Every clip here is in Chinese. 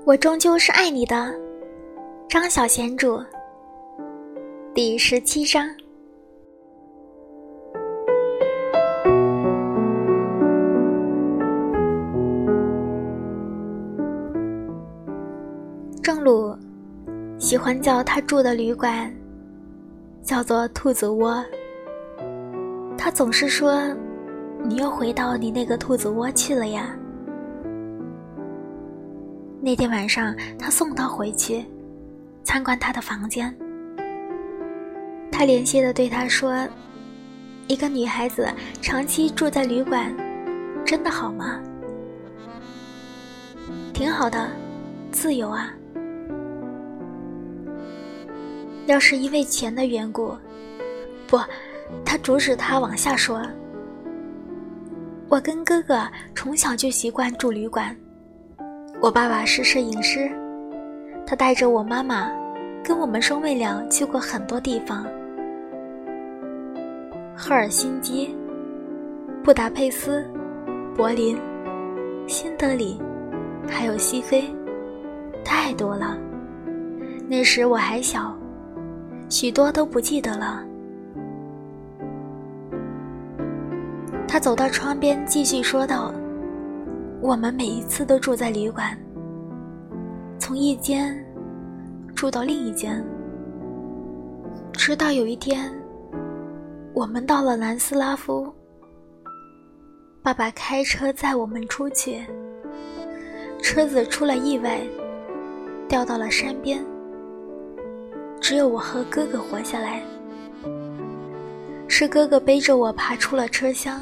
我终究是爱你的，张小娴著，第17章。郑鲁喜欢叫他住的旅馆叫做兔子窝，他总是说，你又回到你那个兔子窝去了呀。那天晚上他送他回去参观他的房间，他怜惜地对他说，一个女孩子长期住在旅馆真的好吗？挺好的，自由啊。要是因为钱的缘故，不，他阻止他往下说，我跟哥哥从小就习惯住旅馆，我爸爸是摄影师，他带着我妈妈跟我们兄妹俩去过很多地方，赫尔辛基、布达佩斯、柏林、新德里，还有西非，太多了。那时我还小，许多都不记得了。他走到窗边继续说道，我们每一次都住在旅馆，从一间住到另一间，直到有一天我们到了南斯拉夫，爸爸开车载我们出去，车子出了意外，掉到了山边，只有我和哥哥活下来，是哥哥背着我爬出了车厢。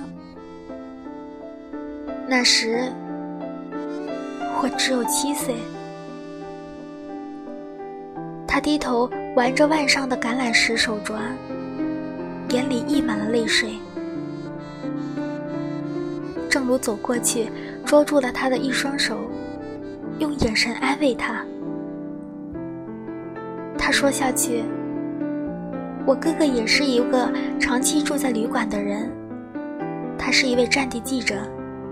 那时我只有7岁。他低头玩着腕上的橄榄石手镯，眼里溢满了泪水。正如走过去捉住了他的一双手，用眼神安慰他。他说下去，我哥哥也是一个长期住在旅馆的人，他是一位战地记者，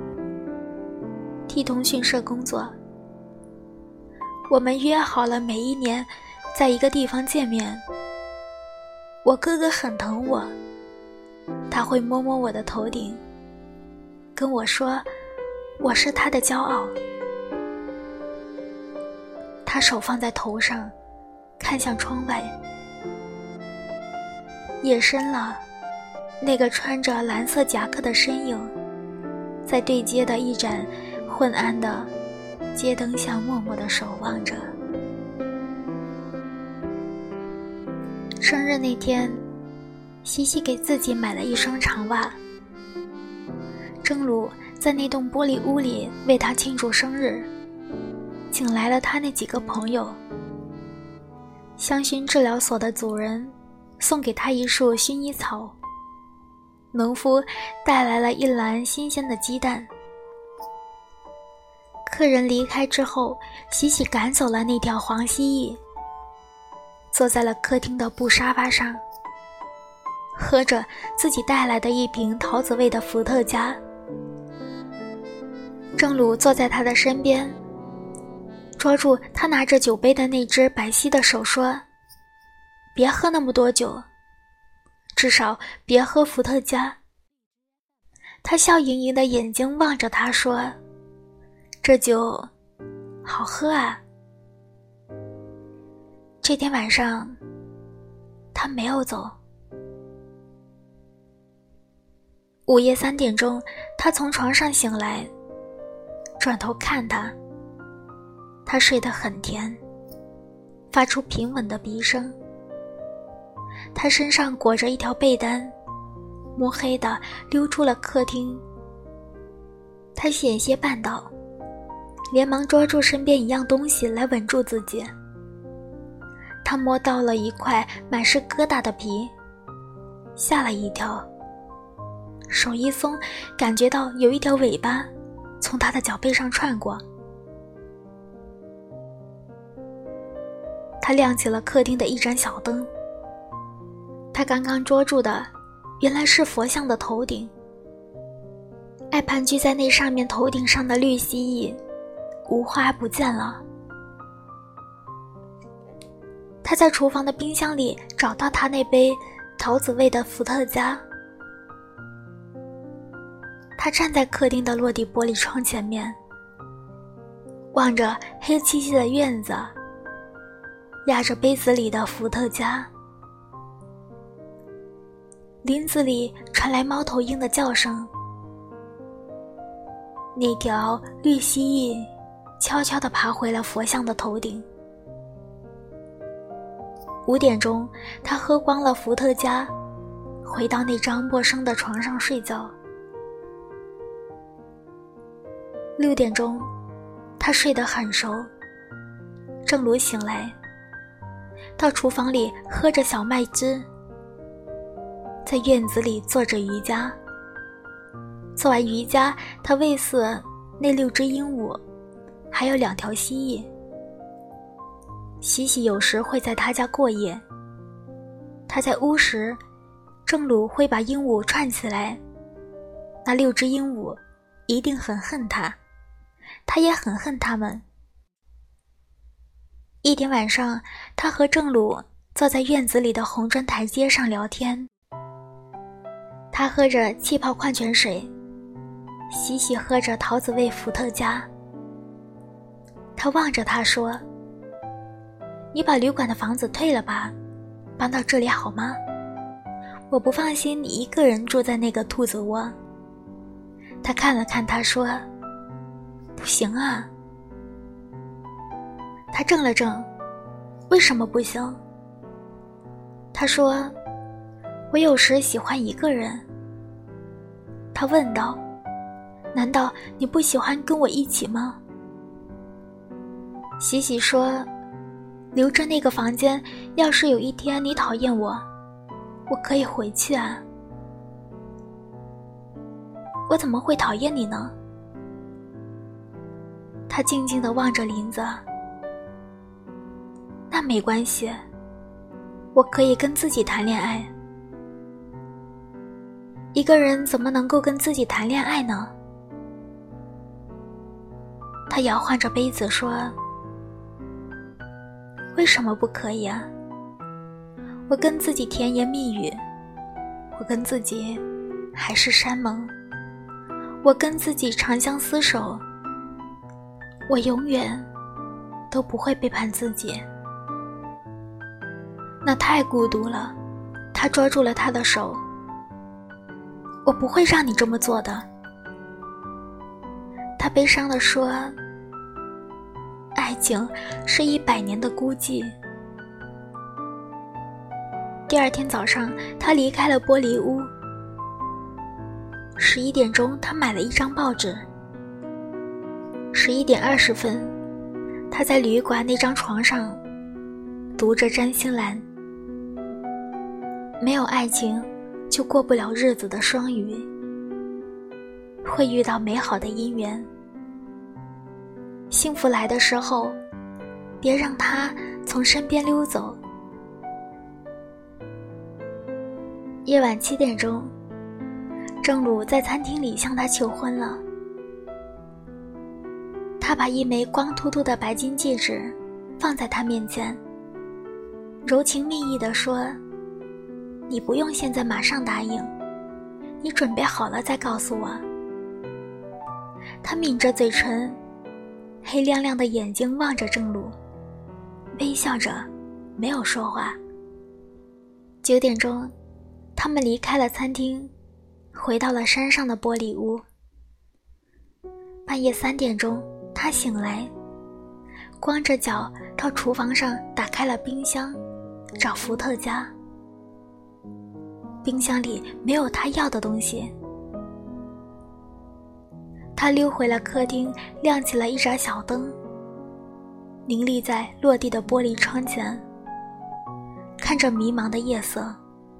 替通讯社工作。我们约好了每一年在一个地方见面。我哥哥很疼我，他会摸摸我的头顶，跟我说我是他的骄傲。他手放在头上，看向窗外。夜深了，那个穿着蓝色夹克的身影在对街的一盏昏暗的街灯下默默地守望着。生日那天，西西给自己买了一双长袜。正如在那栋玻璃屋里为他庆祝生日，请来了他那几个朋友。香薰治疗所的主人送给他一束薰衣草，农夫带来了一篮新鲜的鸡蛋。客人离开之后，喜喜赶走了那条黄蜥蜴，坐在了客厅的布沙发上，喝着自己带来的一瓶桃子味的伏特加。正鲁坐在他的身边，捉住他拿着酒杯的那只白皙的手说，别喝那么多酒，至少别喝伏特加。他笑盈盈的眼睛望着他说，这酒好喝啊。这天晚上他没有走。午夜3点钟，他从床上醒来，转头看他，他睡得很甜，发出平稳的鼻声。他身上裹着一条被单，摸黑的溜出了客厅。他险些绊倒，连忙抓住身边一样东西来稳住自己。他摸到了一块满是疙瘩的皮，吓了一跳，手一松，感觉到有一条尾巴从他的脚背上穿过。他亮起了客厅的一盏小灯，他刚刚捉住的原来是佛像的头顶，爱盘踞在那上面头顶上的绿蜥蜴无花不见了。 他在厨房的冰箱里找到他那杯桃子味的伏特加。他站在客厅的落地玻璃窗前面，望着黑漆漆的院子，压着杯子里的伏特加。林子里传来猫头鹰的叫声，那条绿蜥蜴悄悄地爬回了佛像的头顶。5点钟，他喝光了伏特加，回到那张陌生的床上睡觉。6点钟，他睡得很熟。正如醒来，到厨房里喝着小麦汁，在院子里做着瑜伽。做完瑜伽，他喂饲那6只鹦鹉，还有2条蜥蜴。喜喜有时会在他家过夜，他在屋时，正鲁会把鹦鹉串起来。那6只鹦鹉一定很恨他，他也很恨他们。一天晚上，他和正鲁坐在院子里的红砖台阶上聊天。他喝着气泡矿泉水，喜喜喝着桃子味伏特加。他望着他说：“你把旅馆的房子退了吧，搬到这里好吗？我不放心你一个人住在那个兔子窝。”他看了看他说：“不行啊。”他怔了怔：“为什么不行？”他说：“我有时喜欢一个人。”他问道：“难道你不喜欢跟我一起吗？”喜喜说：“留着那个房间，要是有一天你讨厌我，我可以回去啊。”“我怎么会讨厌你呢？”他静静地望着林子。“那没关系，我可以跟自己谈恋爱。”“一个人怎么能够跟自己谈恋爱呢？”他摇晃着杯子说：“为什么不可以啊？我跟自己甜言蜜语，我跟自己海誓山盟，我跟自己长相厮守，我永远都不会背叛自己。”那太孤独了。他抓住了他的手：“我不会让你这么做的。”他悲伤地说：“爱情是100年的孤寂。”第二天早上，他离开了玻璃屋。11点钟，他买了一张报纸。11点20分，他在旅馆那张床上读着占星栏。没有爱情，就过不了日子的双鱼，会遇到美好的姻缘。幸福来的时候，别让它从身边溜走。夜晚7点钟，正鲁在餐厅里向她求婚了。他把一枚光秃秃的白金戒指放在她面前，柔情蜜意地说：“你不用现在马上答应，你准备好了再告诉我。”他抿着嘴唇，黑亮亮的眼睛望着正鲁，微笑着，没有说话。9点钟，他们离开了餐厅，回到了山上的玻璃屋。半夜3点钟，他醒来，光着脚到厨房上打开了冰箱，找伏特加。冰箱里没有他要的东西。他溜回了客厅，亮起了一盏小灯，凝立在落地的玻璃窗前，看着迷茫的夜色。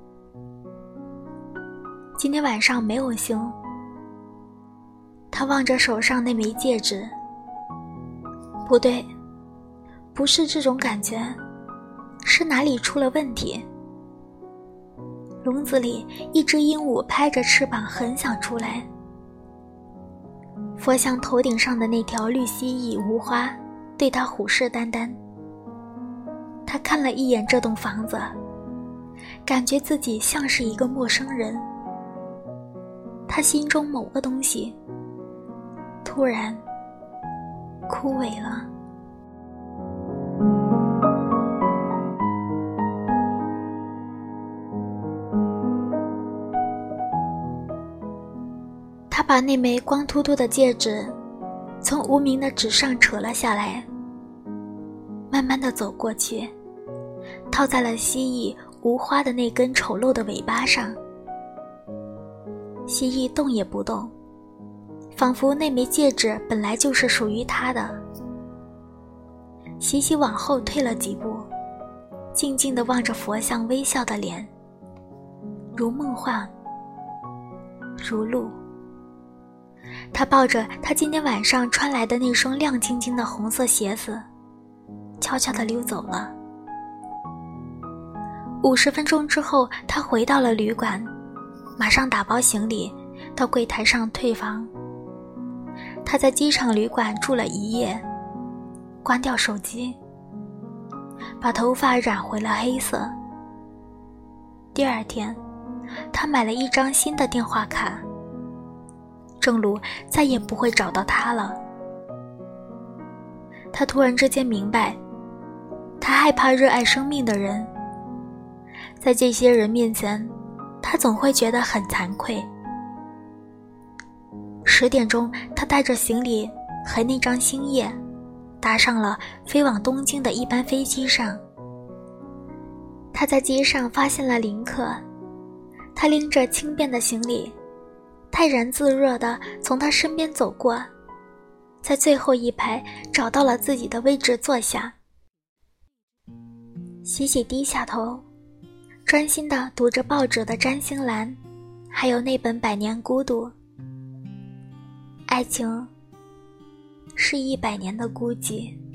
今天晚上没有星。他望着手上那枚戒指。不对，不是这种感觉，是哪里出了问题。笼子里一只鹦鹉拍着翅膀，很想出来。佛像头顶上的那条绿蜥蜴无花对他虎视眈眈。 他看了一眼这栋房子，感觉自己像是一个陌生人。他心中某个东西突然枯萎了。他把那枚光秃秃的戒指从无名的纸上扯了下来，慢慢地走过去，套在了蜥蜴无花的那根丑陋的尾巴上。蜥蜴动也不动，仿佛那枚戒指本来就是属于他的。西西往后退了几步，静静地望着佛像微笑的脸，如梦幻，如露。他抱着他今天晚上穿来的那双亮晶晶的红色鞋子，悄悄地溜走了。50分钟之后，他回到了旅馆，马上打包行李到柜台上退房。他在机场旅馆住了1夜，关掉手机，把头发染回了黑色。第二天，他买了一张新的电话卡。正如再也不会找到他了。他突然之间明白，他害怕热爱生命的人，在这些人面前，他总会觉得很惭愧。10点钟，他带着行李和那张星夜，搭上了飞往东京的一班飞机上。他在机上发现了林克，他拎着轻便的行李，泰然自若地从他身边走过，在最后一排找到了自己的位置坐下。喜喜低下头，专心地读着报纸的占星栏，还有那本《百年孤独》。爱情是100年的孤寂。